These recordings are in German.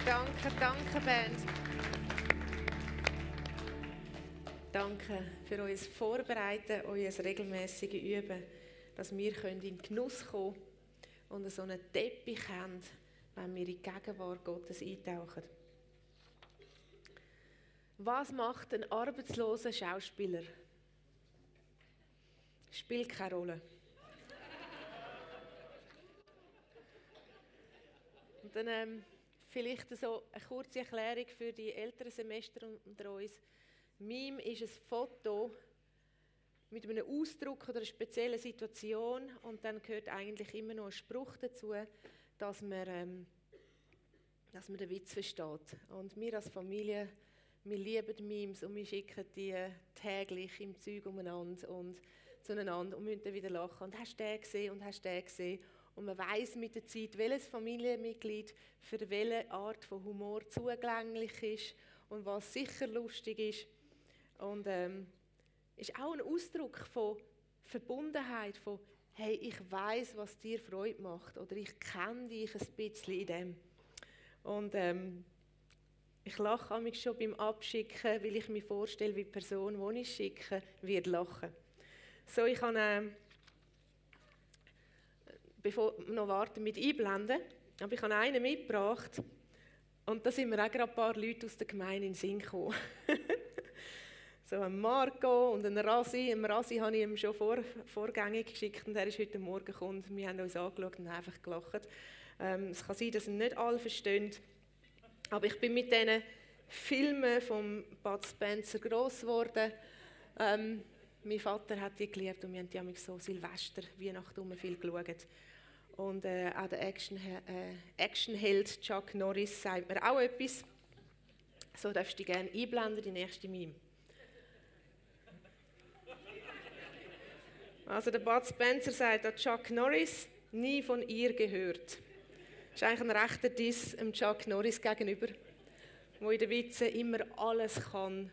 Danke, Band. Danke für euer Vorbereiten, euer regelmäßiges Üben, dass wir in den Genuss kommen und so einen Teppich haben, wenn wir in die Gegenwart Gottes eintauchen. Was macht ein arbeitsloser Schauspieler? Spielt keine Rolle. Und dann vielleicht so eine kurze Erklärung für die älteren Semester unter uns. Meme ist ein Foto mit einem Ausdruck oder einer speziellen Situation und dann gehört eigentlich immer noch ein Spruch dazu, dass man den Witz versteht. Und wir als Familie, wir lieben Memes und wir schicken die täglich im Zeug umeinander und zueinander und müssen dann wieder lachen. Und hast du den gesehen und hast du den gesehen? Und man weiss mit der Zeit, welches Familienmitglied für welche Art von Humor zugänglich ist und was sicher lustig ist. Und ist auch ein Ausdruck von Verbundenheit, von «Hey, ich weiss, was dir Freude macht» oder «Ich kenne dich ein bisschen in dem». Und ich lache manchmal schon beim Abschicken, weil ich mir vorstelle, wie die Person, die ich schicke, wird lachen. So, ich habe, bevor wir noch warten mit einblenden, aber ich habe einen mitgebracht und da sind mir auch gerade ein paar Leute aus der Gemeinde in den Sinn gekommen. So ein Marco und ein Rasi. Ein Rasi habe ich ihm schon vorgängig geschickt und er ist heute Morgen gekommen. Wir haben uns angeschaut und einfach gelacht. Es kann sein, dass ihn nicht alle verstehen. Aber ich bin mit diesen Filmen von Bud Spencer gross geworden. Mein Vater hat die geliebt und wir haben die so Silvester, Weihnachten viel geschaut. Und auch der Actionheld Chuck Norris sagt mir auch etwas. So darfst du gerne einblenden, die nächste Meme. Also der Bud Spencer sagt an Chuck Norris, nie von ihr gehört. Das ist eigentlich ein rechter Diss dem Chuck Norris gegenüber, der in den Witzen immer alles kann,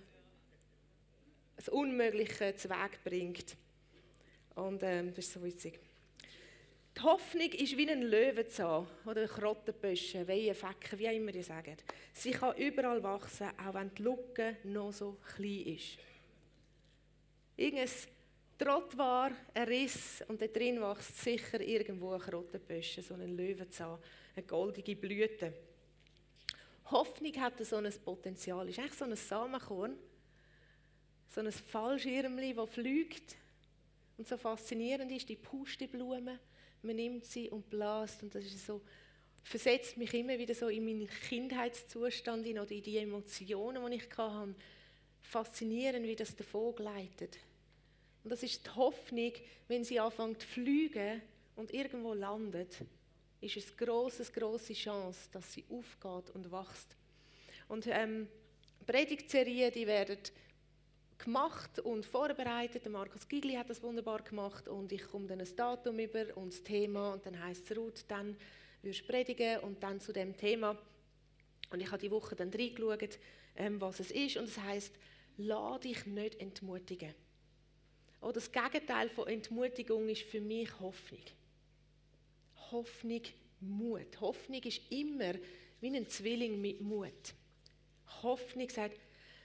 das Unmögliche zu Weg bringt. Und das ist so witzig. Die Hoffnung ist wie ein Löwenzahn oder ein Krottenböschen, Weihenfecken, wie auch immer ihr sagt. Sie kann überall wachsen, auch wenn die Lücke noch so klein ist. Irgendein Trott war ein Riss und da drin wächst sicher irgendwo ein Krottenböschen, so ein Löwenzahn, eine goldige Blüte. Hoffnung hat so ein Potenzial, ist eigentlich so ein Samenkorn, so ein Fallschirmli, das fliegt und so faszinierend ist, die Pusteblume. Man nimmt sie und bläst und das ist so, versetzt mich immer wieder so in meinen Kindheitszustand oder in die Emotionen, die ich hatte. Faszinierend, wie das davon gleitet. Und das ist die Hoffnung, wenn sie anfängt zu fliegen und irgendwo landet, ist es eine grosse Chance, dass sie aufgeht und wächst. Und Predigtserien, die werden gemacht und vorbereitet. Der Markus Gigli hat das wunderbar gemacht und ich komme dann ein Datum über und das Thema und dann heisst es, Ruth, dann wirst du predigen und dann zu dem Thema. Und ich habe die Woche dann reingeschaut, was es ist und es heisst, lass dich nicht entmutigen. Oh, das Gegenteil von Entmutigung ist für mich Hoffnung. Hoffnung, Mut. Hoffnung ist immer wie ein Zwilling mit Mut. Hoffnung sagt,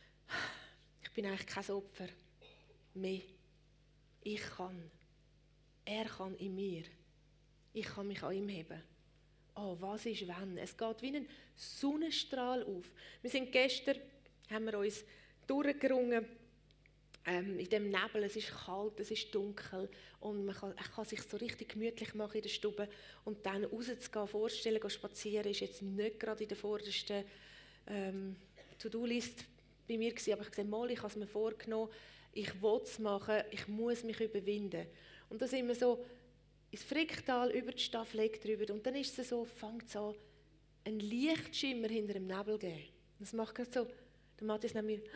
ich bin eigentlich kein Opfer mehr. Ich kann. Er kann in mir. Ich kann mich an ihm heben. Oh, was ist wenn? Es geht wie ein Sonnenstrahl auf. Haben wir uns durchgerungen in dem Nebel. Es ist kalt, es ist dunkel und man kann sich so richtig gemütlich machen in der Stube und dann rauszugehen, vorstellen, spazieren, ist jetzt nicht gerade in der vordersten To-Do-List bei mir gewesen, aber ich habe gesagt, ich habe es mir vorgenommen, ich will es machen, ich muss mich überwinden. Und da sind wir so ins Fricktal, über die Staffel drüber und dann ist es so, fängt es an, einen Lichtschimmer hinter dem Nebel zu geben. Das macht gerade so, der Matthias neben mir,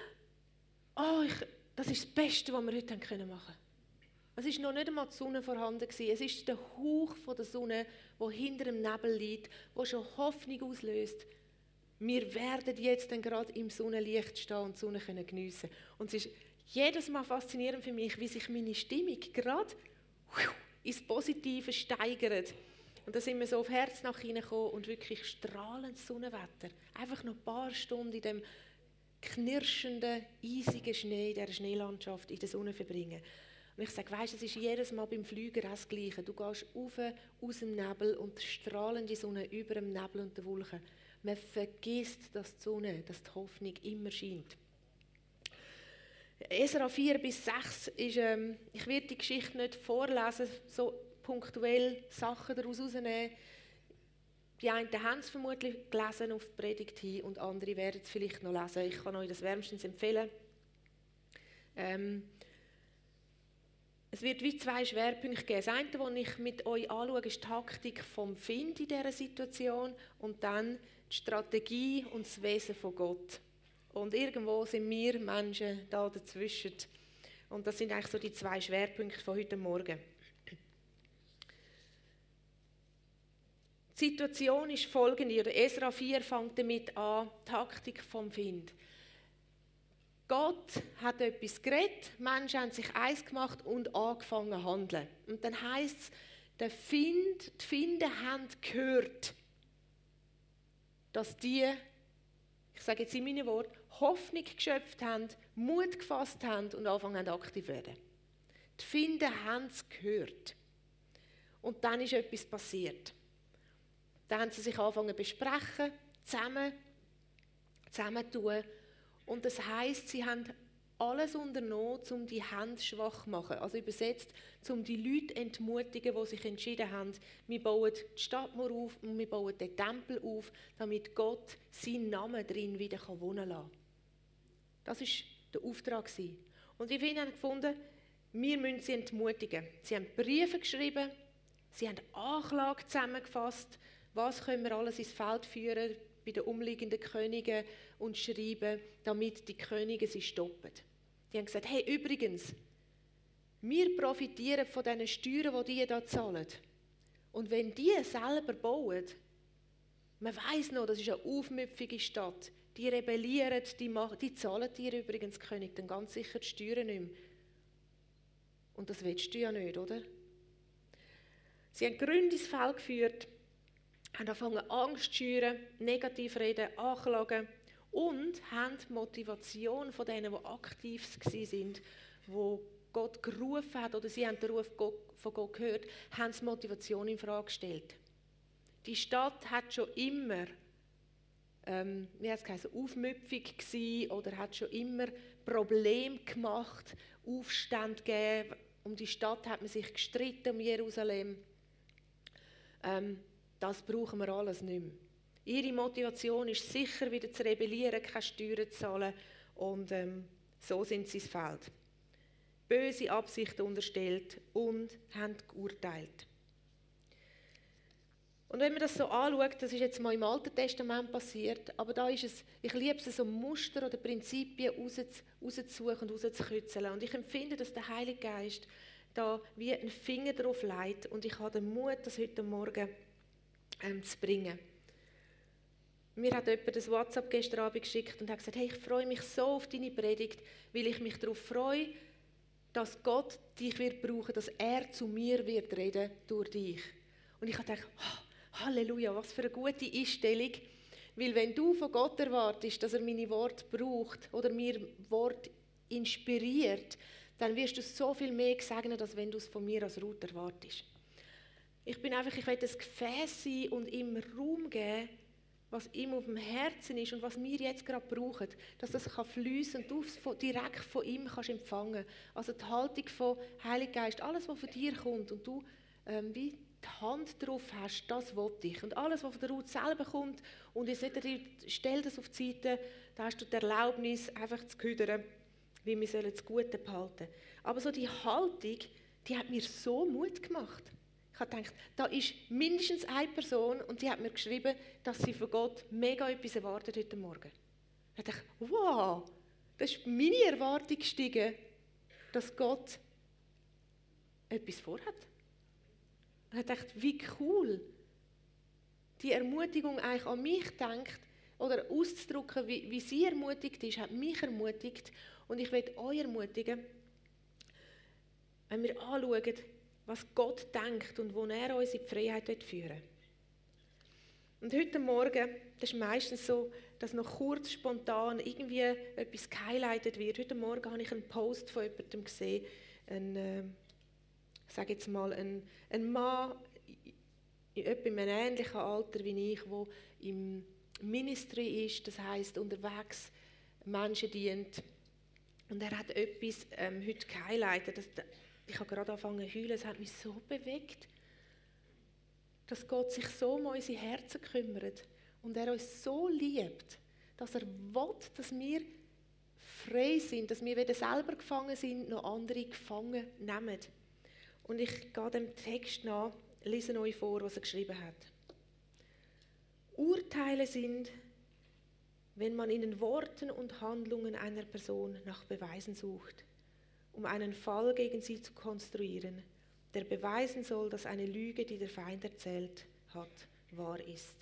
das ist das Beste, was wir heute machen können. Es war noch nicht einmal die Sonne vorhanden. Es ist der Hauch von der Sonne, der hinter dem Nebel liegt, der schon Hoffnung auslöst. Wir werden jetzt dann gerade im Sonnenlicht stehen und die Sonne geniessen. Und es ist jedes Mal faszinierend für mich, wie sich meine Stimmung gerade ins Positive steigert. Und da sind wir so auf Herznach hineingekommen und wirklich strahlendes Sonnenwetter. Einfach noch ein paar Stunden in dem knirschenden, eisigen Schnee, in dieser Schneelandschaft in der Sonne verbringen. Und ich sage, weisst, es ist jedes Mal beim Flüger auch das Gleiche. Du gehst rauf aus dem Nebel und strahlende Sonne über dem Nebel und den Wolken. Man vergisst, dass die Sonne, dass die Hoffnung immer scheint. Esra 4-6 ist, ich werde die Geschichte nicht vorlesen, so punktuell Sachen daraus herausnehmen. Die einen haben es vermutlich gelesen auf die Predigt hin und andere werden es vielleicht noch lesen. Ich kann euch das wärmstens empfehlen. Es wird wie zwei Schwerpunkte geben. Das eine, was ich mit euch anschaue, ist die Taktik vom Find in dieser Situation und dann die Strategie und das Wesen von Gott. Und irgendwo sind wir Menschen da dazwischen. Und das sind eigentlich so die zwei Schwerpunkte von heute Morgen. Die Situation ist folgende, oder Esra 4 fängt damit an, die Taktik vom Find. Gott hat etwas geredet, Menschen haben sich eins gemacht und angefangen zu handeln. Und dann heisst es, die Finder haben gehört, dass die, ich sage jetzt in meinen Worten, Hoffnung geschöpft haben, Mut gefasst haben und angefangen haben aktiv zu werden. Die Finder haben es gehört. Und dann ist etwas passiert. Dann haben sie sich angefangen zu besprechen, zusammentun. Und das heisst, sie haben alles unternommen, um die Hände schwach zu machen. Also übersetzt, um die Leute zu entmutigen, die sich entschieden haben, wir bauen die Stadtmauer auf und wir bauen den Tempel auf, damit Gott seinen Namen drin wieder wohnen lassen kann. Das war der Auftrag. Und die Finder haben gefunden, wir müssen sie entmutigen. Sie haben Briefe geschrieben, sie haben Anklage zusammengefasst, was können wir alles ins Feld führen bei den umliegenden Königen und schreiben, damit die Könige sie stoppen. Die haben gesagt, hey, übrigens, wir profitieren von diesen Steuern, die hier zahlen. Und wenn die selber bauen, man weiss noch, das ist eine aufmüpfige Stadt, die rebellieren, die zahlen dir übrigens, König, dann ganz sicher die Steuern nicht mehr. Und das willst du ja nicht, oder? Sie haben Gründe ins Feld geführt, haben angefangen Angst zu schüren, negativ reden, anklagen und haben die Motivation von denen, die aktiv waren, die Gott gerufen hat oder sie haben den Ruf von Gott gehört, haben die Motivation in Frage gestellt. Die Stadt hat schon immer, wie hat es geheißen, aufmüpfig gewesen oder hat schon immer Probleme gemacht, Aufstände gegeben. Um die Stadt hat man sich gestritten, um Jerusalem. Das brauchen wir alles nicht mehr. Ihre Motivation ist sicher, wieder zu rebellieren, keine Steuern zu zahlen. Und so sind sie ins Feld. Böse Absichten unterstellt und haben geurteilt. Und wenn man das so anschaut, das ist jetzt mal im Alten Testament passiert, aber da ist es, ich liebe es, so Muster oder Prinzipien rauszusuchen und rauszukitzeln. Und ich empfinde, dass der Heilige Geist da wie einen Finger drauf legt und ich habe den Mut, das heute Morgen zu bringen. Mir hat jemand das WhatsApp gestern Abend geschickt und hat gesagt, hey, ich freue mich so auf deine Predigt, weil ich mich darauf freue, dass Gott dich wird brauchen, dass er zu mir wird reden durch dich. Und ich habe gedacht, oh, Halleluja, was für eine gute Einstellung, weil wenn du von Gott erwartest, dass er meine Worte braucht oder mir Wort inspiriert, dann wirst du so viel mehr gesegnet, als wenn du es von mir als Ruth erwartest. Ich will ein Gefäß sein und ihm Raum geben, was ihm auf dem Herzen ist und was wir jetzt gerade brauchen, dass das fliessen und du es direkt von ihm kannst empfangen. Also die Haltung von Heiliger Geist, alles, was von dir kommt und du wie die Hand drauf hast, das will ich. Und alles, was von der Ruth selber kommt und jetzt nicht, stell das auf die Seite, da hast du die Erlaubnis, einfach zu gehüdern, wie wir das Gute behalten. Aber so die Haltung, die hat mir so Mut gemacht. Ich habe gedacht, da ist mindestens eine Person und die hat mir geschrieben, dass sie von Gott mega etwas erwartet heute Morgen. Ich dachte, wow, das ist meine Erwartung gestiegen, dass Gott etwas vorhat. Ich dachte, wie cool, die Ermutigung eigentlich an mich denkt oder auszudrücken, wie sie ermutigt ist, hat mich ermutigt. Und ich will euch ermutigen, wenn wir anschauen, was Gott denkt und wo er uns in die Freiheit führen will. Und heute Morgen, das ist meistens so, dass noch kurz spontan irgendwie etwas gehighlightet wird. Heute Morgen habe ich einen Post von jemandem gesehen, sage jetzt mal, ein Mann in etwa in einem ähnlichen Alter wie ich, der im Ministry ist, das heisst unterwegs Menschen dient. Und er hat etwas heute gehighlightet. Ich habe gerade angefangen zu heulen, es hat mich so bewegt, dass Gott sich so um unsere Herzen kümmert und er uns so liebt, dass er will, dass wir frei sind, dass wir weder selber gefangen sind, noch andere gefangen nehmen. Und ich gehe dem Text nach, lese euch vor, was er geschrieben hat. Urteile sind, wenn man in den Worten und Handlungen einer Person nach Beweisen sucht, um einen Fall gegen sie zu konstruieren, der beweisen soll, dass eine Lüge, die der Feind erzählt hat, wahr ist.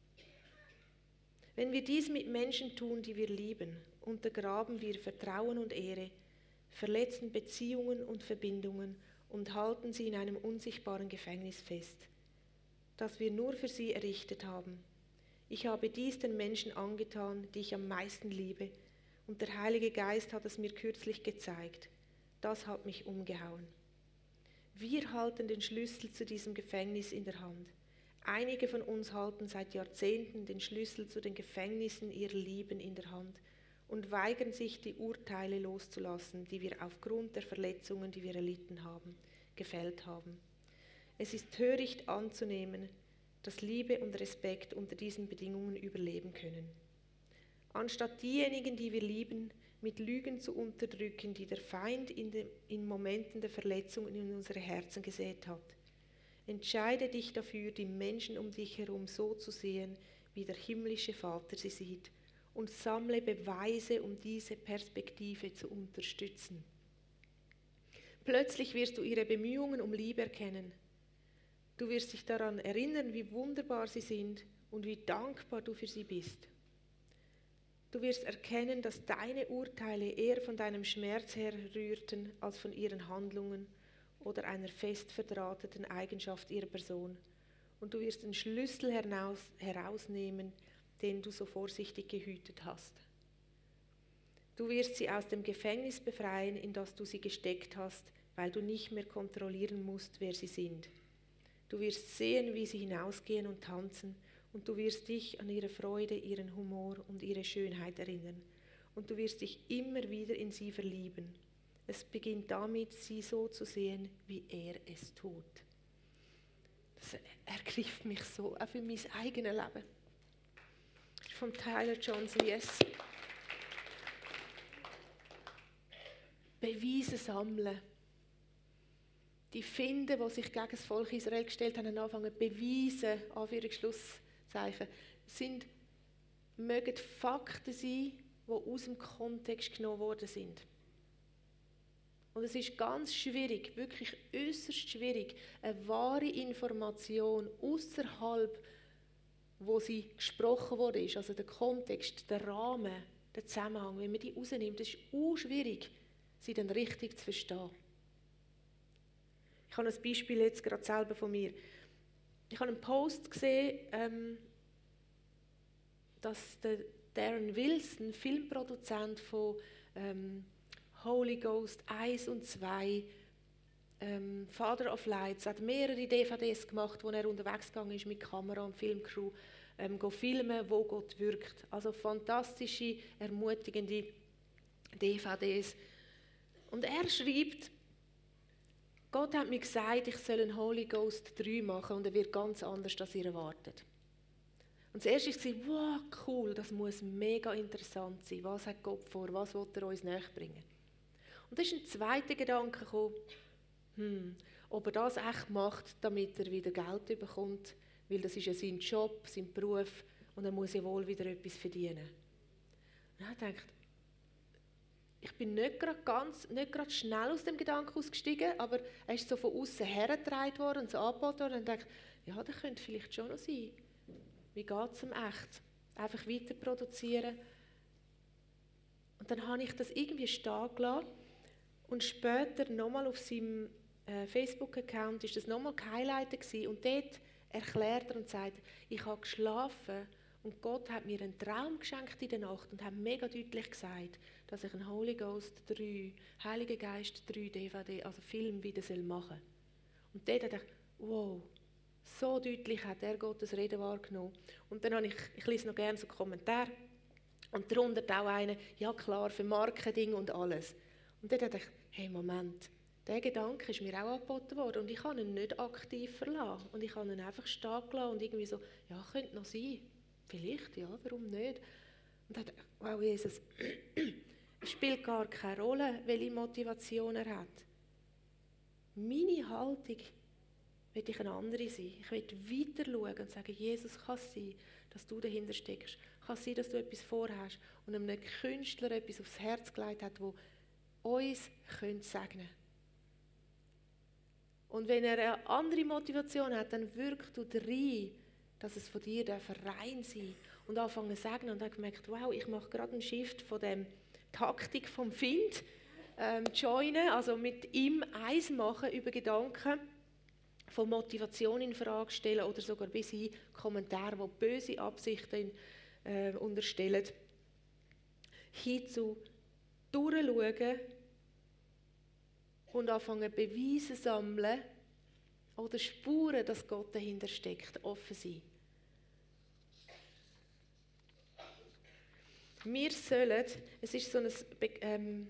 Wenn wir dies mit Menschen tun, die wir lieben, untergraben wir Vertrauen und Ehre, verletzen Beziehungen und Verbindungen und halten sie in einem unsichtbaren Gefängnis fest, das wir nur für sie errichtet haben. Ich habe dies den Menschen angetan, die ich am meisten liebe, und der Heilige Geist hat es mir kürzlich gezeigt. Das hat mich umgehauen. Wir halten den Schlüssel zu diesem Gefängnis in der Hand. Einige von uns halten seit Jahrzehnten den Schlüssel zu den Gefängnissen ihrer Lieben in der Hand und weigern sich, die Urteile loszulassen, die wir aufgrund der Verletzungen, die wir erlitten haben, gefällt haben. Es ist töricht anzunehmen, dass Liebe und Respekt unter diesen Bedingungen überleben können. Anstatt diejenigen, die wir lieben, mit Lügen zu unterdrücken, die der Feind in Momenten der Verletzung in unsere Herzen gesät hat. Entscheide dich dafür, die Menschen um dich herum so zu sehen, wie der himmlische Vater sie sieht, und sammle Beweise, um diese Perspektive zu unterstützen. Plötzlich wirst du ihre Bemühungen um Liebe erkennen. Du wirst dich daran erinnern, wie wunderbar sie sind und wie dankbar du für sie bist. Du wirst erkennen, dass deine Urteile eher von deinem Schmerz herrührten, als von ihren Handlungen oder einer fest verdrahteten Eigenschaft ihrer Person. Und du wirst den Schlüssel herausnehmen, den du so vorsichtig gehütet hast. Du wirst sie aus dem Gefängnis befreien, in das du sie gesteckt hast, weil du nicht mehr kontrollieren musst, wer sie sind. Du wirst sehen, wie sie hinausgehen und tanzen, und du wirst dich an ihre Freude, ihren Humor und ihre Schönheit erinnern. Und du wirst dich immer wieder in sie verlieben. Es beginnt damit, sie so zu sehen, wie er es tut. Das ergreift mich so, auch für mein eigenes Leben. Von Tyler Johnson, yes. Beweise sammeln. Die Finden, die sich gegen das Volk Israel gestellt haben, anfangen Beweise, Anführungs-Schlusszeichen, mögen Fakten sein, die aus dem Kontext genommen worden sind. Und es ist ganz schwierig, wirklich äußerst schwierig, eine wahre Information außerhalb, wo sie gesprochen wurde, also der Kontext, der Rahmen, der Zusammenhang, wenn man die rausnimmt, ist es schwierig, sie dann richtig zu verstehen. Ich habe ein Beispiel jetzt gerade selber von mir. Ich habe einen Post gesehen, dass der Darren Wilson, Filmproduzent von Holy Ghost 1 und 2, Father of Lights, hat mehrere DVDs gemacht, wo er unterwegs gegangen ist mit Kamera und Filmcrew, filmen, wo Gott wirkt. Also fantastische, ermutigende DVDs. Und er schreibt, Gott hat mir gesagt, ich soll einen Holy Ghost 3 machen und er wird ganz anders, als ihr erwartet. Und das erste war, wow, cool, das muss mega interessant sein. Was hat Gott vor? Was will er uns näherbringen? Und dann ist ein zweiter Gedanke gekommen, ob er das echt macht, damit er wieder Geld bekommt, weil das ist ja sein Job, sein Beruf und er muss ja wohl wieder etwas verdienen. Und dann dachte ich, ich bin nicht gerade schnell aus dem Gedanken ausgestiegen, aber er ist so von außen hergetragen worden und so angeboten worden und dachte, ja, das könnte vielleicht schon noch sein. Wie geht es ihm echt? Einfach weiter produzieren. Und dann habe ich das irgendwie stehen gelassen und später nochmal auf seinem Facebook-Account ist das nochmal gehighlightet gewesen. Und dort erklärt er und sagt, ich habe geschlafen und Gott hat mir einen Traum geschenkt in der Nacht und hat mega deutlich gesagt, dass ich einen Holy Ghost 3, Heiliger Geist 3 DVD, also Film wieder machen soll. Und dort hat er gedacht, wow, so deutlich hat er Gottes Reden wahrgenommen. Und dann habe ich lese noch gerne so Kommentare und darunter auch einen, ja klar, für Marketing und alles. Und dort dachte ich, hey Moment, der Gedanke ist mir auch angeboten worden und ich kann ihn nicht aktiv verlassen. Und ich habe ihn einfach stehen gelassen und irgendwie so, ja, könnte noch sein. Vielleicht, ja, warum nicht? Und dann dachte ich, wow, Jesus, es spielt gar keine Rolle, welche Motivation er hat. Meine Haltung will ich eine andere sein. Ich will weiter schauen und sagen, Jesus, kann es sein, dass du dahinter steckst. Kann es sein, dass du etwas vorhast und einem Künstler etwas aufs Herz gelegt hat, das uns segnen könnte. Und wenn er eine andere Motivation hat, dann wirkt du rein, dass es von dir rein sein und anfangen zu segnen. Und dann habe ich gemerkt, wow, ich mache gerade einen Shift von der Taktik vom Find, joinen, also mit ihm eins machen über Gedanken, von Motivation in Frage stellen oder sogar bis hin Kommentare, die böse Absichten unterstellen, hinzu durchschauen und anfangen Beweise sammeln oder Spuren, dass Gott dahinter steckt, offen sein. Wir sollen, es ist so ein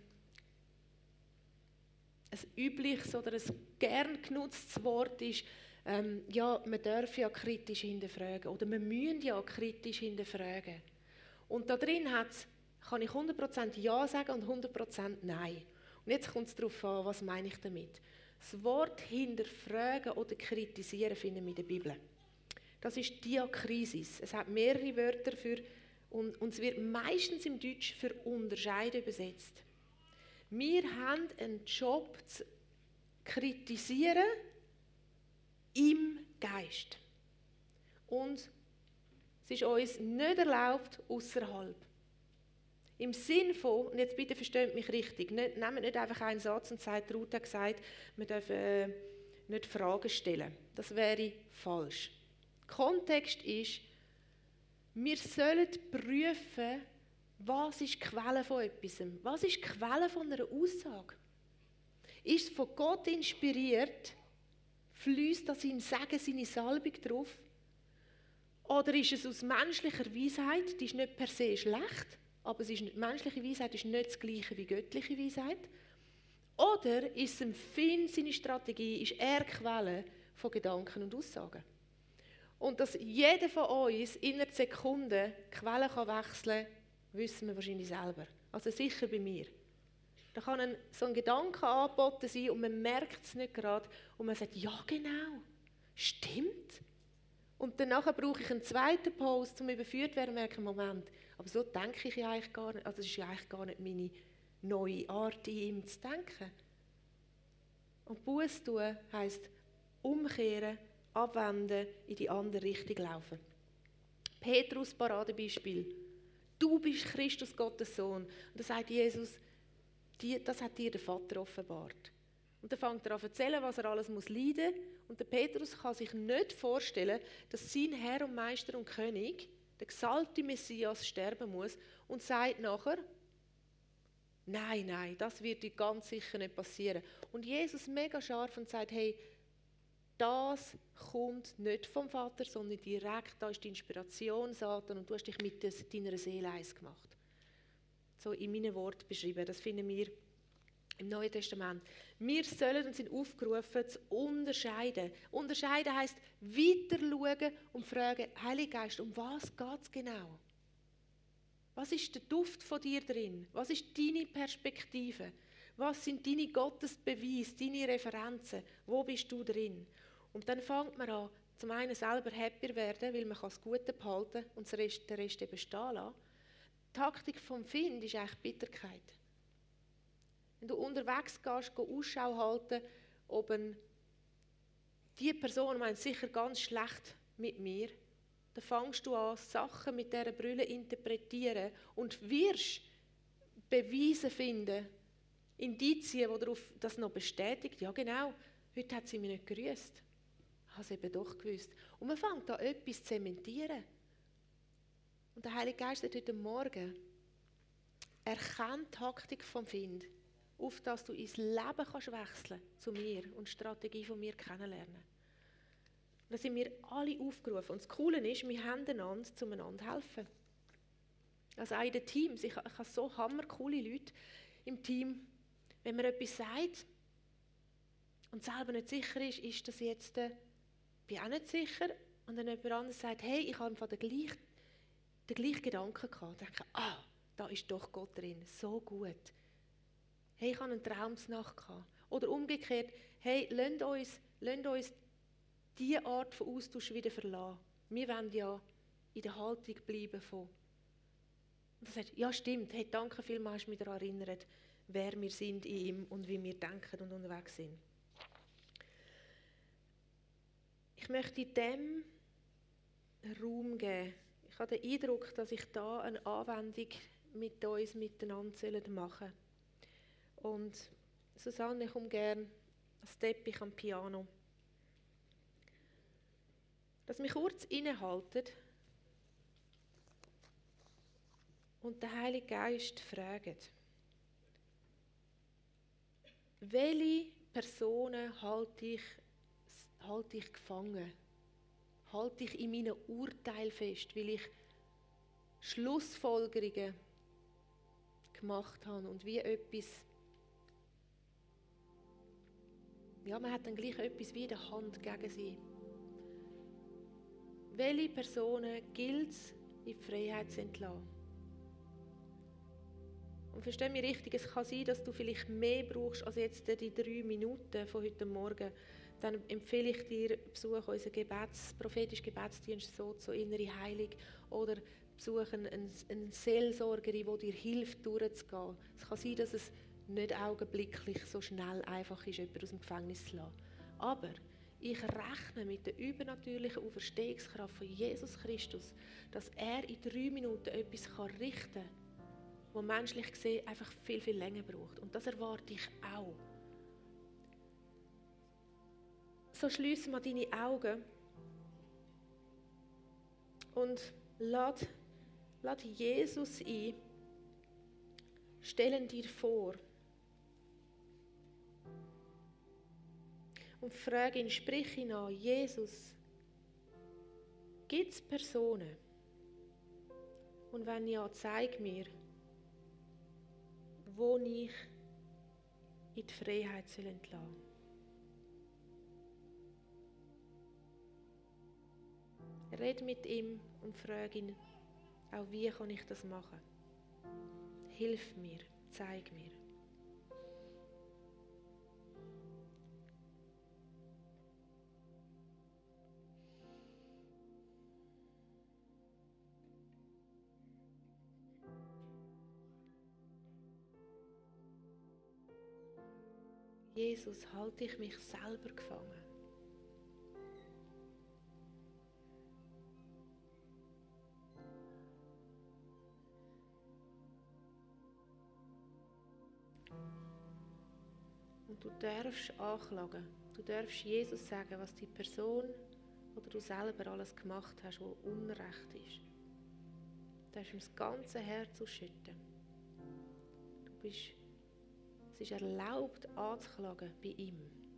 übliches oder ein gern genutztes Wort ist, ja, man darf ja kritisch hinterfragen oder man müssen ja kritisch hinterfragen. Und da drin kann ich 100% Ja sagen und 100% Nein. Und jetzt kommt es darauf an, was meine ich damit. Das Wort hinterfragen oder kritisieren finden wir in der Bibel. Das ist Diakrisis. Es hat mehrere Wörter für, und es wird meistens im Deutsch für unterscheiden übersetzt. Wir haben einen Job zu kritisieren im Geist. Und es ist uns nicht erlaubt, außerhalb. Im Sinn von, und jetzt bitte versteht mich richtig, nehmt nicht einfach einen Satz und sagt, Ruth hat gesagt, wir dürfen nicht Fragen stellen. Das wäre falsch. Kontext ist, wir sollen prüfen, was ist die Quelle von etwas? Was ist die Quelle von einer Aussage? Ist es von Gott inspiriert? Fließt das in Segen, seine Salbung drauf? Oder ist es aus menschlicher Weisheit? Die ist nicht per se schlecht, aber menschliche Weisheit ist nicht das Gleiche wie göttliche Weisheit. Oder ist es ein Finn, seine Strategie, ist er Quelle von Gedanken und Aussagen? Und dass jeder von uns innerhalb Sekunden die Quelle wechseln kann, wissen wir wahrscheinlich selber. Also sicher bei mir. Da kann so ein Gedanke angeboten sein und man merkt es nicht gerade und man sagt, ja genau, stimmt. Und danach brauche ich einen zweiten Post, um überführt zu werden und merke, Moment, aber so denke ich ja eigentlich gar nicht, also das ist ja eigentlich gar nicht meine neue Art, in ihm zu denken. Und Buße tun heisst umkehren, abwenden, in die andere Richtung laufen. Petrus, Paradebeispiel. Du bist Christus, Gottes Sohn. Und da sagt Jesus, das hat dir der Vater offenbart. Und dann fängt er an zu erzählen, was er alles leiden muss. Und der Petrus kann sich nicht vorstellen, dass sein Herr und Meister und König, der gesalbte Messias, sterben muss. Und sagt nachher, nein, das wird dir ganz sicher nicht passieren. Und Jesus mega scharf und sagt, hey, das kommt nicht vom Vater, sondern direkt, da ist die Inspiration, Satan, und du hast dich mit deiner Seele eins gemacht. So in meinen Worten beschrieben, das finden wir im Neuen Testament. Wir sollen und sind aufgerufen, zu unterscheiden. Unterscheiden heisst, weiter schauen und fragen, Heiliger Geist, um was geht es genau? Was ist der Duft von dir drin? Was ist deine Perspektive? Was sind deine Gottesbeweise, deine Referenzen? Wo bist du drin? Und dann fängt man an, zum einen selber happier werden, weil man das Gute behalten und den Rest eben stehen lassen. Die Taktik vom Find ist eigentlich Bitterkeit. Wenn du unterwegs gehst, Ausschau halten, ob die Person meint sicher ganz schlecht mit mir, dann fängst du an, Sachen mit dieser Brille zu interpretieren und wirst Beweise finden, Indizien, die das noch bestätigt. Ja genau, Heute hat sie mich nicht gegrüßt. Ich habe es eben doch gewusst. Und man fängt an, etwas zu zementieren. Und der Heilige Geist hat heute Morgen erkennt die Taktik vom Find, auf dass du ins Leben kannst wechseln zu mir und die Strategie von mir kennenlernen. Da sind wir alle aufgerufen. Und das Coole ist, wir haben einander, zueinander helfen. Also auch in den Teams. Ich habe so hammercoole Leute im Team. Wenn man etwas sagt und selber nicht sicher ist, ist das jetzt, bin ich auch nicht sicher. Und dann jemand anderes sagt, hey, ich habe den gleichen Gedanken gehabt. Denke, da ist doch Gott drin, so gut. Hey, ich habe einen Traum zur Nacht gehabt. Oder umgekehrt, hey, lasst uns diese Art von Austausch wieder verlassen. Wir wollen ja in der Haltung bleiben von. Und er sagt, ja stimmt, hey, danke vielmals, hast du mich daran erinnert, wer wir sind in ihm und wie wir denken und unterwegs sind. Ich möchte dem Raum geben. Ich habe den Eindruck, dass ich da eine Anwendung mit uns miteinander machen soll. Und Susanne, ich komme gerne als Teppich am Piano. Dass wir kurz innehalten und den Heiligen Geist fragen, welche Personen halte ich gefangen? Halte ich in meinen Urteilen fest, weil ich Schlussfolgerungen gemacht habe und wie etwas, ja, man hat dann gleich etwas wie in der Hand gegen sie. Welche Personen gilt es, in die Freiheit zu entlassen? Und versteh mich richtig, es kann sein, dass du vielleicht mehr brauchst als jetzt die 3 Minuten von heute Morgen. Dann empfehle ich dir, besuche unseren prophetischen Gebetsdienst so zur innere Heilung oder besuche eine Seelsorgerin, die dir hilft, durchzugehen. Es kann sein, dass es nicht augenblicklich so schnell einfach ist, jemanden aus dem Gefängnis zu lassen. Aber ich rechne mit der übernatürlichen Auferstehungskraft von Jesus Christus, dass er in 3 Minuten etwas richten kann, was menschlich gesehen einfach viel, viel länger braucht. Und das erwarte ich auch. So schliess mal deine Augen und lad Jesus ein. Stell ihn dir vor. Und frage ihn, sprich ihn an, Jesus, gibt es Personen? Und wenn ja, zeig mir, wo ich in die Freiheit entlassen soll. Red mit ihm und frage ihn, auch wie kann ich das machen? Hilf mir, zeig mir. Jesus, halte ich mich selber gefangen? Und du darfst anklagen, du darfst Jesus sagen, was die Person oder du selber alles gemacht hast, was Unrecht ist. Du darfst ihm das ganze Herz ausschütten. Es ist erlaubt anzuklagen bei ihm.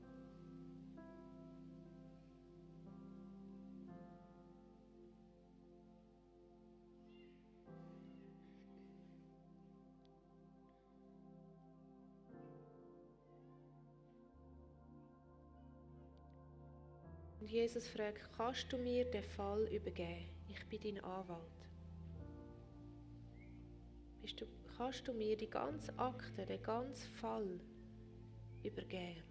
Und Jesus fragt, kannst du mir den Fall übergeben? Ich bin dein Anwalt. Kannst du mir die ganze Akte, den ganzen Fall übergeben?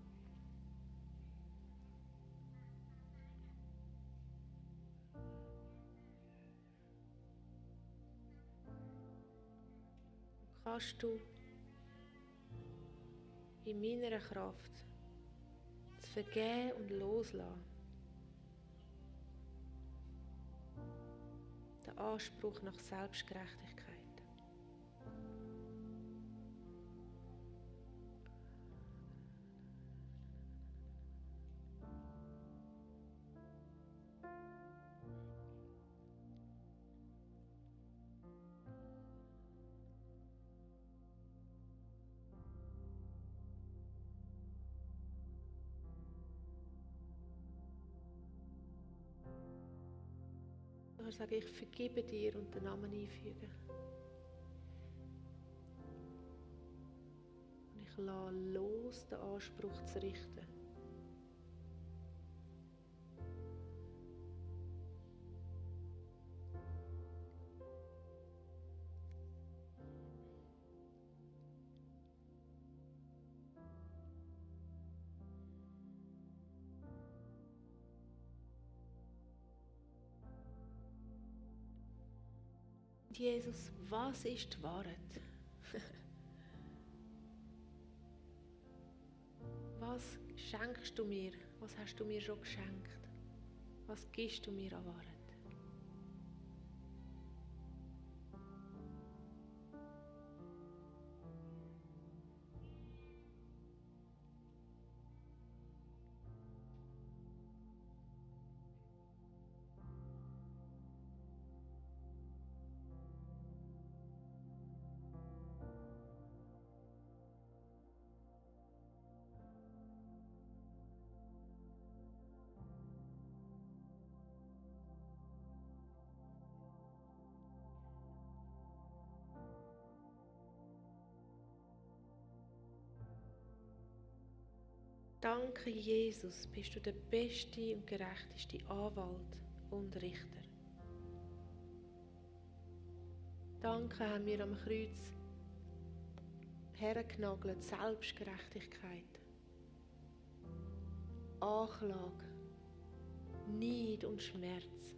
Kannst du in meiner Kraft zu vergeben und loslassen, den Anspruch nach Selbstgerechtigkeit? kannst sagen, ich vergebe dir und den Namen einfügen. Und ich lasse los, den Anspruch zu richten. Jesus, was ist die Wahrheit? Was schenkst du mir? Was hast du mir schon geschenkt? Was gibst du mir an Wahrheit? Danke, Jesus, bist du der beste und gerechteste Anwalt und Richter. Danke, haben wir am Kreuz hergenagelt, Selbstgerechtigkeit, Anklage, Neid und Schmerz,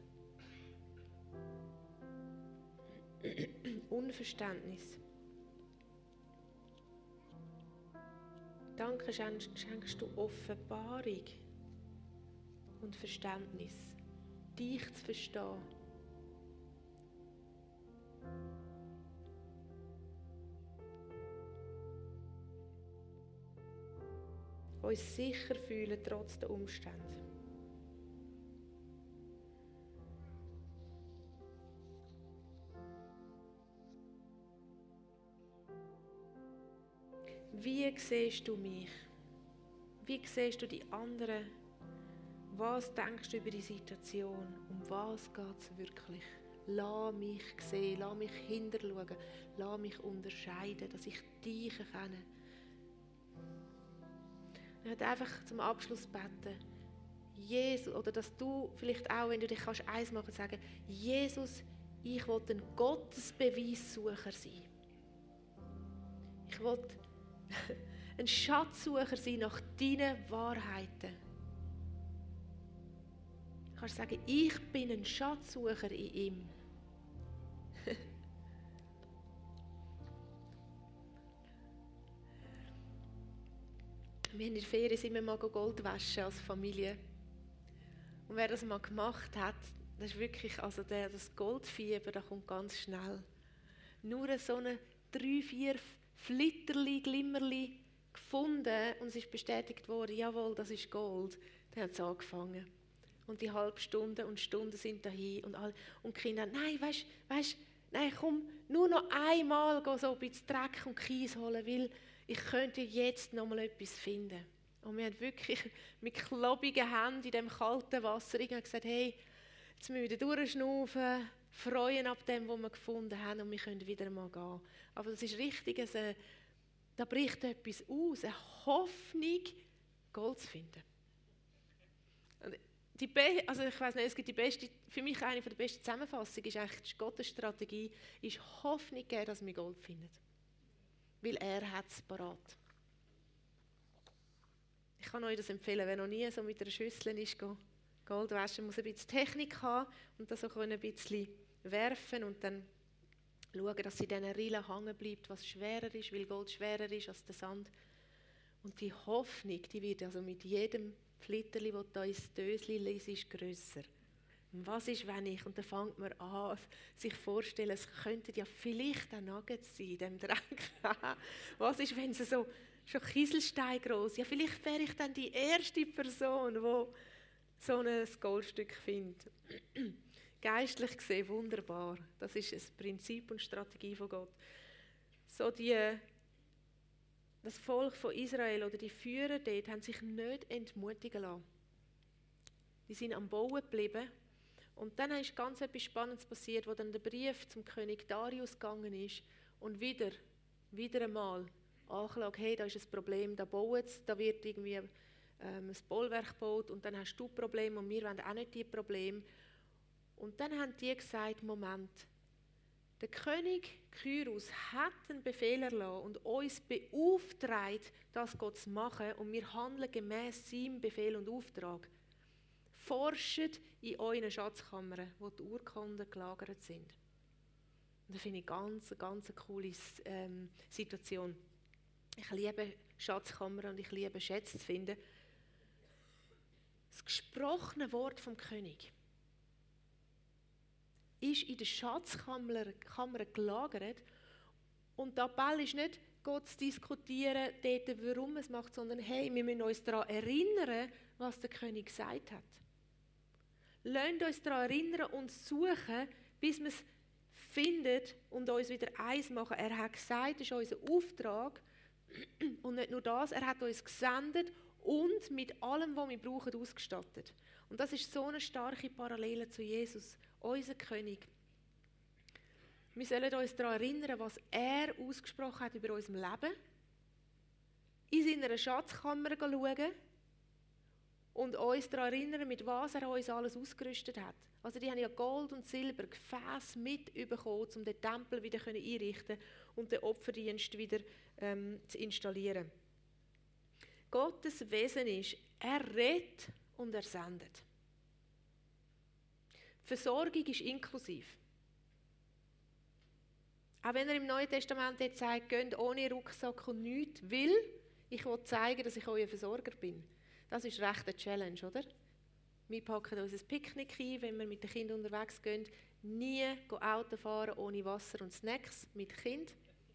Unverständnis. Danke schenkst du Offenbarung und Verständnis, dich zu verstehen. Uns sicher fühlen trotz der Umstände. Wie siehst du mich? Wie siehst du die anderen? Was denkst du über die Situation? Um was geht es wirklich? Lass mich sehen, lass mich hinterschauen, lass mich unterscheiden, dass ich dich erkenne. Ich möchte einfach zum Abschluss beten, Jesus, oder dass du vielleicht auch, wenn du dich kannst, eins machen, sagen, Jesus, ich will ein Gottesbeweissucher sein. Ich will ein Schatzsucher sein nach deinen Wahrheiten. Du kannst sagen, ich bin ein Schatzsucher in ihm. Wir in der Ferien sind wir mal Gold waschen als Familie. Und wer das mal gemacht hat, das ist wirklich, also das Goldfieber, das kommt ganz schnell. Nur so eine 3-4 Flitterli, Glimmerli gefunden und es ist bestätigt worden, jawohl, das ist Gold. Dann hat es angefangen. Und die halbe Stunde und Stunden sind dahin und die Kinder, nein, weißt, nein, komm, nur noch einmal so ein bisschen Dreck und Kies holen, weil ich könnte jetzt noch mal etwas finden. Und wir haben wirklich mit klobigen Händen in dem kalten Wasser gesagt, hey, jetzt müssen wir wieder durchschnaufen, freuen ab dem, was wir gefunden haben und wir können wieder mal gehen. Aber das ist richtig, da bricht etwas aus, eine Hoffnung, Gold zu finden. Und also ich weiss nicht, es gibt die beste, für mich eine der besten Zusammenfassungen ist eigentlich Gottes Strategie, ist Hoffnung geben, dass wir Gold finden. Weil er hat es parat. Ich kann euch das empfehlen, wer noch nie so mit einer Schüssel ist, Gold waschen, muss ein bisschen Technik haben und das auch ein bisschen werfen und dann schauen, dass sie in diesen Rillen hängen bleibt, was schwerer ist, weil Gold schwerer ist als der Sand. Und die Hoffnung, die wird also mit jedem Flitterli, das da ins Dösli liest, ist grösser. Was ist, wenn ich? Und dann fängt man an, sich vorzustellen, es könnten ja vielleicht auch Nuggets sein in diesem Dreck. Was ist, wenn sie so schon Kieselstein gross? Ja, vielleicht wäre ich dann die erste Person, die so ein Goldstück findet. Geistlich gesehen wunderbar. Das ist ein Prinzip und Strategie von Gott. So das Volk von Israel oder die Führer dort haben sich nicht entmutigen lassen. Die sind am Bauen geblieben Und dann ist ganz etwas Spannendes passiert, wo dann der Brief zum König Darius gegangen ist und wieder einmal anklagt, hey, da ist ein Problem, da bauen sie, da wird irgendwie ein Bollwerk gebaut und dann hast du Probleme und wir wollen auch nicht die Probleme. Und dann haben die gesagt, Moment, der König Kyros hat einen Befehl erlassen und uns beauftragt, das Gott zu machen und wir handeln gemäß seinem Befehl und Auftrag. Forscht in euren Schatzkammern, wo die Urkunden gelagert sind. Und das finde ich ganz eine coole Situation. Ich liebe Schatzkammern und ich liebe Schätze zu finden. Das gesprochene Wort vom König ist in der Schatzkammer gelagert. Und der Appell ist nicht, Gott zu diskutieren, dort, warum es macht, sondern hey, wir müssen uns daran erinnern, was der König gesagt hat. Lasst uns daran erinnern und suchen, bis wir es finden und uns wieder eins machen. Er hat gesagt, das ist unser Auftrag. Und nicht nur das, er hat uns gesendet und mit allem, was wir brauchen, ausgestattet. Und das ist so eine starke Parallele zu Jesus, unser König. Wir sollen uns daran erinnern, was er ausgesprochen hat über unser Leben, in seiner Schatzkammer schauen und uns daran erinnern, mit was er uns alles ausgerüstet hat. Also die haben ja Gold und Silber, Gefäße mitbekommen, um den Tempel wieder einrichten und den Opferdienst wieder zu installieren. Gottes Wesen ist, er rettet und er sendet. Versorgung ist inklusiv. Auch wenn er im Neuen Testament jetzt sagt, geht ohne Rucksack und nichts, weil ich will zeigen, dass ich euer Versorger bin. Das ist recht eine Challenge, oder? Wir packen uns ein Picknick ein, wenn wir mit den Kindern unterwegs gehen. Nie Auto fahren ohne Wasser und Snacks mit Kind.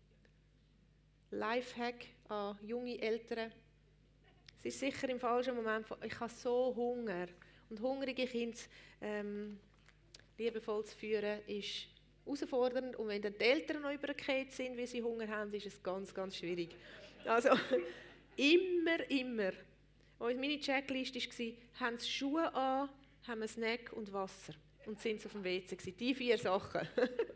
Lifehack an junge Eltern. Es ist sicher im falschen Moment, ich habe so Hunger. Und hungrige Kinder liebevoll zu führen, ist herausfordernd. Und wenn dann die Eltern noch übergekehrt sind, wie sie Hunger haben, ist es ganz schwierig. Also immer. Und meine Checkliste war, haben sie Schuhe an, haben einen Snack und Wasser. Und sind auf dem WC gewesen. Die 4 Sachen.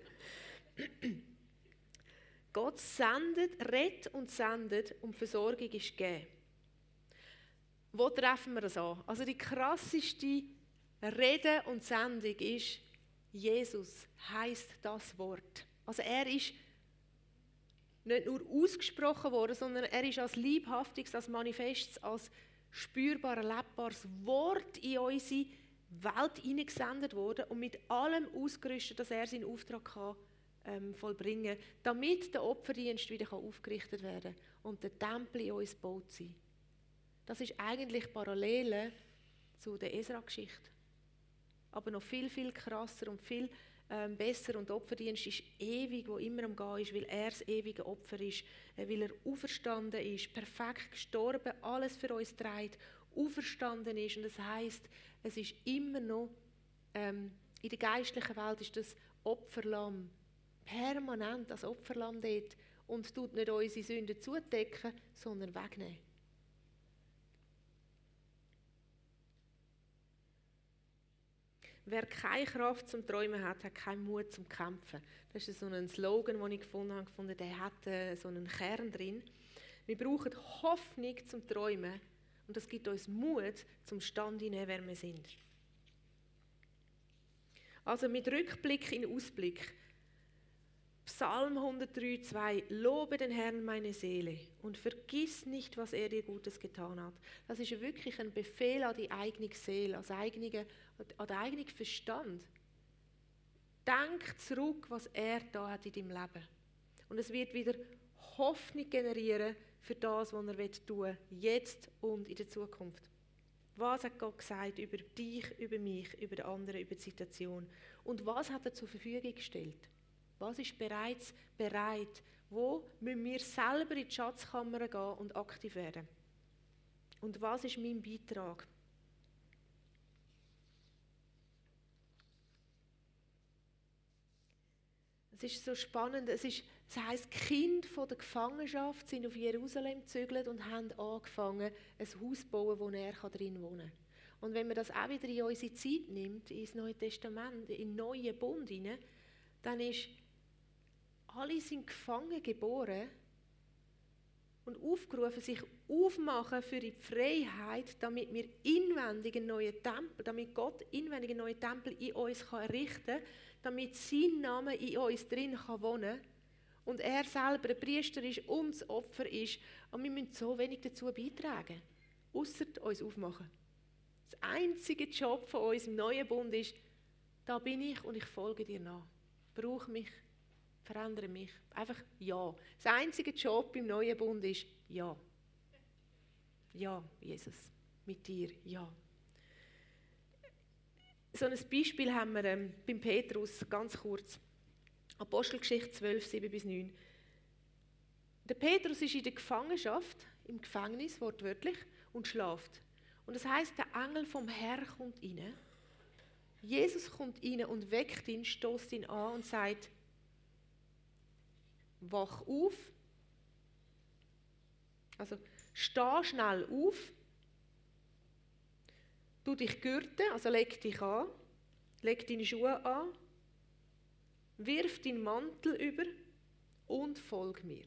Gott rettet und sendet und die Versorgung ist gegeben. Wo treffen wir das an? Also die krasseste Rede und Sendung ist, Jesus heisst das Wort. Also er ist nicht nur ausgesprochen worden, sondern er ist als leibhaftiges, als manifestes, als spürbar erlebbares Wort in unsere Welt hineingesendet worden und mit allem ausgerüstet, dass er seinen Auftrag kann, vollbringen kann, damit der Opferdienst wieder aufgerichtet werden kann und der Tempel in uns gebaut sein. Das ist eigentlich Parallele zu der Esra-Geschichte. Aber noch viel krasser und viel besser. Und der Opferdienst ist ewig, wo immer am Gehen ist, weil er das ewige Opfer ist, weil er auferstanden ist, perfekt gestorben, alles für uns trägt, auferstanden ist. Und das heisst, es ist immer noch, in der geistlichen Welt ist das Opferlamm permanent als Opferlamm dort und tut nicht unsere Sünden zudecken, sondern wegnehmen. Wer keine Kraft zum Träumen hat, hat keinen Mut zum Kämpfen. Das ist so ein Slogan, den ich gefunden habe, der hat so einen Kern drin. Wir brauchen Hoffnung zum Träumen und das gibt uns Mut zum Stand hinein, wer wir sind. Also mit Rückblick in Ausblick. Psalm 103,2: Lobe den Herrn meine Seele und vergiss nicht, was er dir Gutes getan hat. Das ist wirklich ein Befehl an die eigene Seele, an den eigenen Verstand. Denk zurück, was er da hat in deinem Leben. Und es wird wieder Hoffnung generieren für das, was er tun will, jetzt und in der Zukunft. Was hat Gott gesagt über dich, über mich, über den anderen, über die Situation? Und was hat er zur Verfügung gestellt? Was ist bereits bereit? Wo müssen wir selber in die Schatzkammer gehen und aktiv werden? Und was ist mein Beitrag? Es ist so spannend. Es heisst, die Kinder von der Gefangenschaft sind auf Jerusalem gezügelt und haben angefangen, ein Haus zu bauen, wo er drin wohnen kann. Und wenn man das auch wieder in unsere Zeit nimmt, ins Neue Testament, in den neuen Bund hinein, dann ist, alle sind gefangen geboren und aufgerufen, sich aufmachen für die Freiheit, damit wir inwendig einen neuen Tempel, damit Gott inwendig einen neuen Tempel in uns errichten kann, damit sein Name in uns drin wohnen kann und er selber der Priester ist und das Opfer ist. Und wir müssen so wenig dazu beitragen, ausser uns aufmachen. Das einzige Job von uns im neuen Bund ist, da bin ich und ich folge dir nach. Brauche mich, verändere mich. Einfach ja. Das einzige Job im neuen Bund ist ja. Ja, Jesus, mit dir, ja. So ein Beispiel haben wir beim Petrus, ganz kurz. Apostelgeschichte 12, 7-9. Der Petrus ist in der Gefangenschaft, im Gefängnis wortwörtlich, und schläft. Und das heisst, der Engel vom Herrn kommt rein. Jesus kommt rein und weckt ihn, stößt ihn an und sagt, wach auf. Also, steh schnell auf. Du dich gürten, also leg dich an. Leg deine Schuhe an. Wirf deinen Mantel über und folg mir.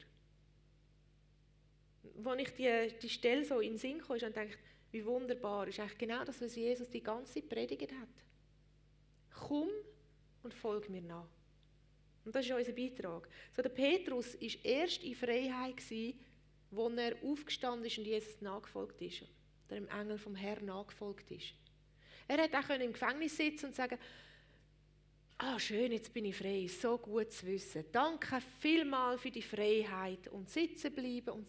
Als ich die Stelle so in den Sinn kam, habe ich gedacht, wie wunderbar, ist eigentlich genau das, was Jesus die ganze Zeit predigt hat. Komm und folg mir nach. Und das ist unser Beitrag. So, der Petrus war erst in Freiheit, als er aufgestanden ist und Jesus nachgefolgt ist. Oder dem Engel vom Herrn nachgefolgt ist. Er hätte auch im Gefängnis sitzen und sagen, schön, jetzt bin ich frei, so gut zu wissen. Danke vielmals für die Freiheit und sitzen bleiben.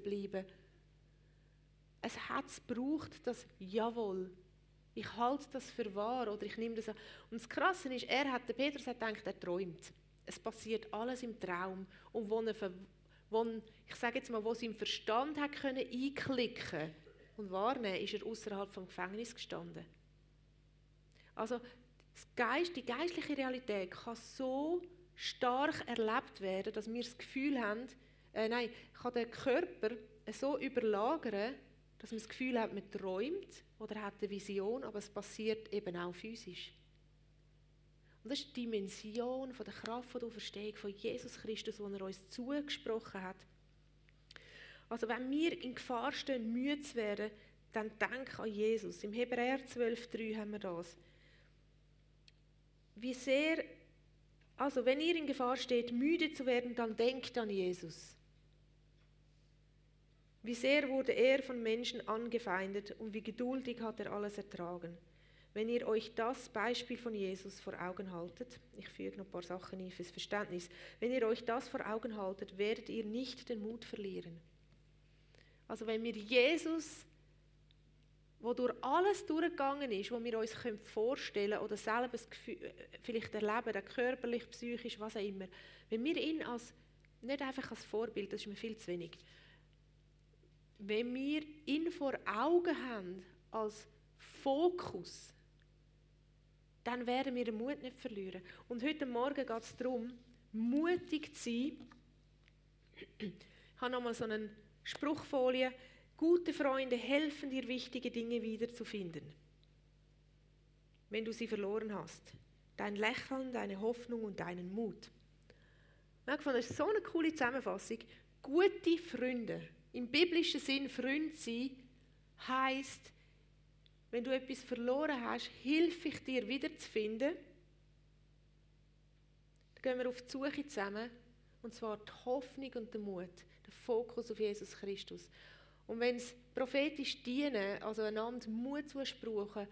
Es hat es gebraucht, das Jawohl, ich halte das für wahr oder ich nehme das an. Und das Krasse ist, der Petrus hat gedacht, er träumt. Es passiert alles im Traum. Und ich sage jetzt mal, wo sein Verstand hat können einklicken und wahrnehmen, ist er außerhalb vom Gefängnis gestanden. Also die geistliche Realität kann so stark erlebt werden, dass wir das Gefühl haben, kann der Körper so überlagern, dass man das Gefühl hat, man träumt oder hat eine Vision, aber es passiert eben auch physisch. Und das ist die Dimension von der Kraft der Auferstehung von Jesus Christus, die er uns zugesprochen hat. Also wenn wir in Gefahr stehen, müde zu werden, dann denk an Jesus. Im Hebräer 12,3 haben wir das. Wie sehr, also wenn ihr in Gefahr steht, müde zu werden, dann denkt an Jesus. Wie sehr wurde er von Menschen angefeindet und wie geduldig hat er alles ertragen. Wenn ihr euch das Beispiel von Jesus vor Augen haltet, ich füge noch ein paar Sachen ein fürs Verständnis, wenn ihr euch das vor Augen haltet, werdet ihr nicht den Mut verlieren. Also wenn wir Jesus, wo durch alles durchgegangen ist, wo wir uns vorstellen können oder selber das Gefühl, vielleicht erleben, körperlich, psychisch, was auch immer, wenn wir ihn nicht einfach als Vorbild, das ist mir viel zu wenig, wenn wir ihn vor Augen haben als Fokus, dann werden wir den Mut nicht verlieren. Und heute Morgen geht es darum, mutig zu sein. Ich habe nochmal so eine Spruchfolie. Gute Freunde helfen dir, wichtige Dinge wiederzufinden, wenn du sie verloren hast. Dein Lächeln, deine Hoffnung und deinen Mut. Ich fand, das ist so eine coole Zusammenfassung. Gute Freunde, im biblischen Sinn Freund sein, heisst, wenn du etwas verloren hast, hilf ich dir wiederzufinden. Dann gehen wir auf die Suche zusammen, und zwar die Hoffnung und der Mut, der Fokus auf Jesus Christus. Und wenn es prophetisch dienen, also einander Mut zusprechen,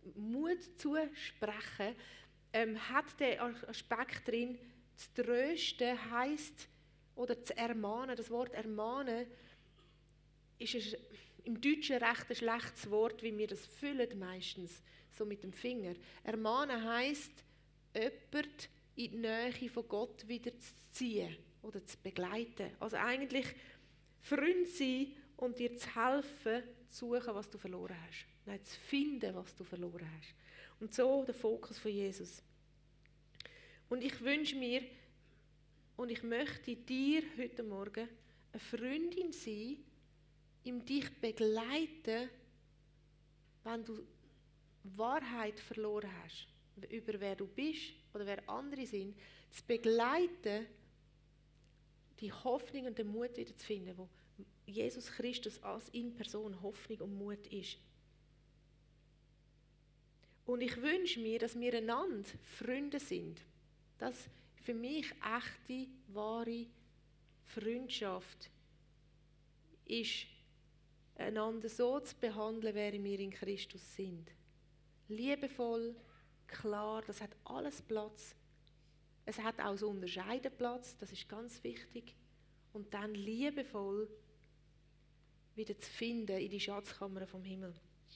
hat der Aspekt drin, zu trösten heisst, oder zu ermahnen. Das Wort ermahnen ist im Deutschen recht ein schlechtes Wort, wie wir das füllen meistens, so mit dem Finger. Ermahnen heisst, jemanden in die Nähe von Gott wieder zu ziehen oder zu begleiten. Also eigentlich Freund sein und dir zu helfen, zu suchen, was du verloren hast. Nein, zu finden, was du verloren hast. Und so der Fokus von Jesus. Und ich wünsche mir und ich möchte dir heute Morgen eine Freundin sein, dich begleiten, wenn du Wahrheit verloren hast, über wer du bist oder wer andere sind, zu begleiten, die Hoffnung und den Mut wieder zu finden, wo Jesus Christus als in Person Hoffnung und Mut ist. Und ich wünsche mir, dass wir einander Freunde sind. Dass für mich echte, wahre Freundschaft ist, einander so zu behandeln, wie wir in Christus sind. Liebevoll, klar, das hat alles Platz. Es hat auch das Unterscheiden Platz, das ist ganz wichtig. Und dann liebevoll wieder zu finden in die Schatzkammer vom Himmel.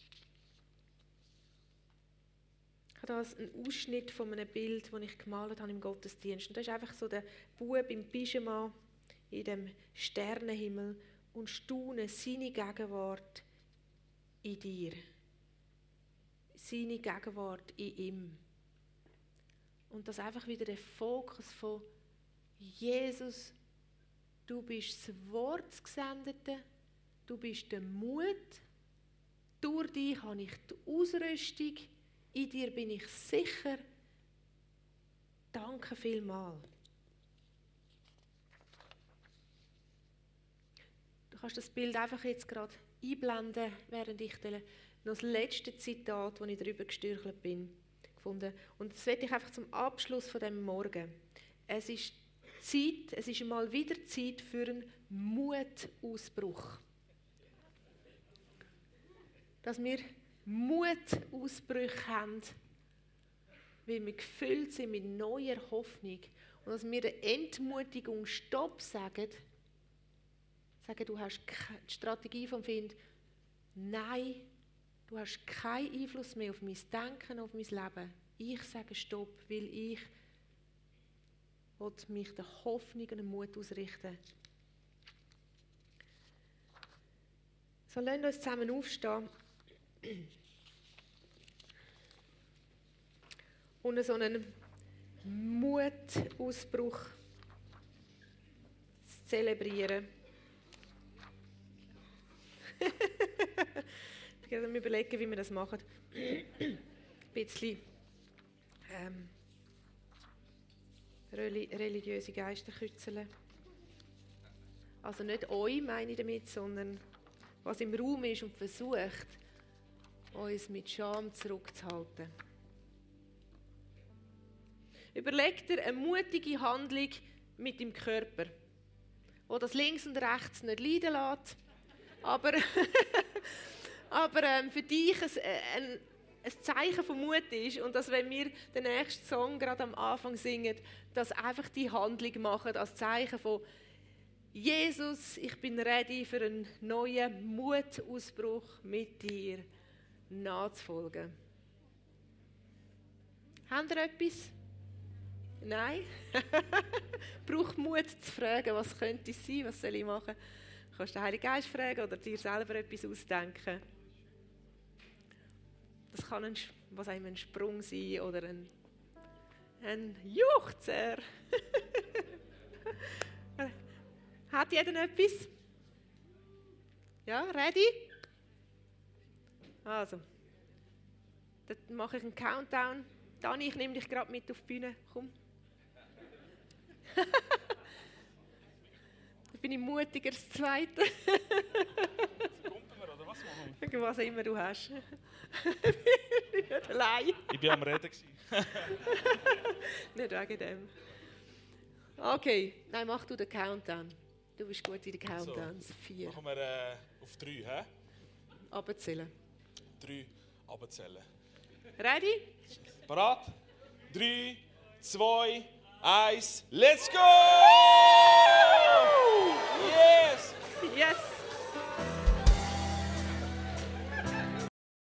Ich habe hier einen Ausschnitt von einem Bild, das ich gemalt habe im Gottesdienst. Und das ist einfach so der Bub im Pyjama in dem Sternenhimmel und staune seine Gegenwart in dir. Seine Gegenwart in ihm. Und das einfach wieder der Fokus von Jesus, du bist das Wort das Gesendete, du bist der Mut, durch dich habe ich die Ausrüstung, in dir bin ich sicher. Danke vielmals. Du kannst das Bild einfach jetzt gerade einblenden, während ich noch das letzte Zitat, das ich darüber gestürchelt bin, gefunden. Und das werde ich einfach zum Abschluss von dem Morgen. Es ist mal wieder Zeit für einen Mutausbruch. Dass wir Mutausbrüche haben, weil wir gefüllt sind mit neuer Hoffnung und dass wir der Entmutigung Stopp sagen, du hast die Strategie vom Find, nein, du hast keinen Einfluss mehr auf mein Denken, auf mein Leben. Ich sage Stopp, weil ich mich der Hoffnung und dem Mut ausrichten. So, lasst uns zusammen aufstehen und so einen Mutausbruch zu zelebrieren. Ich werde mir überlegen, wie wir das machen. Ein bisschen religiöse Geisterkützeln. Also nicht euch meine ich damit, sondern was im Raum ist und versucht, uns mit Scham zurückzuhalten. Überleg dir eine mutige Handlung mit dem Körper, wo das links und rechts nicht leiden lässt, aber für dich ein Zeichen von Mut ist und dass, wenn wir den nächsten Song gerade am Anfang singen, dass einfach die Handlung machen als Zeichen von Jesus, ich bin ready für einen neuen Mutausbruch mit dir nachzufolgen. Habt ihr etwas? Nein? Braucht Mut zu fragen, was könnte es sein, was soll ich machen? Du kannst den Heiligen Geist fragen oder dir selber etwas ausdenken. Das kann ein Sprung sein oder ein Juchzer. Hat jeder etwas? Ja, ready? Also, dann mache ich einen Countdown. Dani, ich nehme dich gerade mit auf die Bühne. Komm. Dann bin ich mutiger als Zweite. Pumpen wir, oder was machen wir? Was immer du hast. Ich bin nicht allein. Ich war am Reden. Nicht wegen dem. Okay, nein, mach du den Countdown. Du bist gut in den Countdowns. So, 4. machen wir auf 3, hä? Abzählen. 3, abzählen. Ready? Parat? 3, 2, 1, let's go!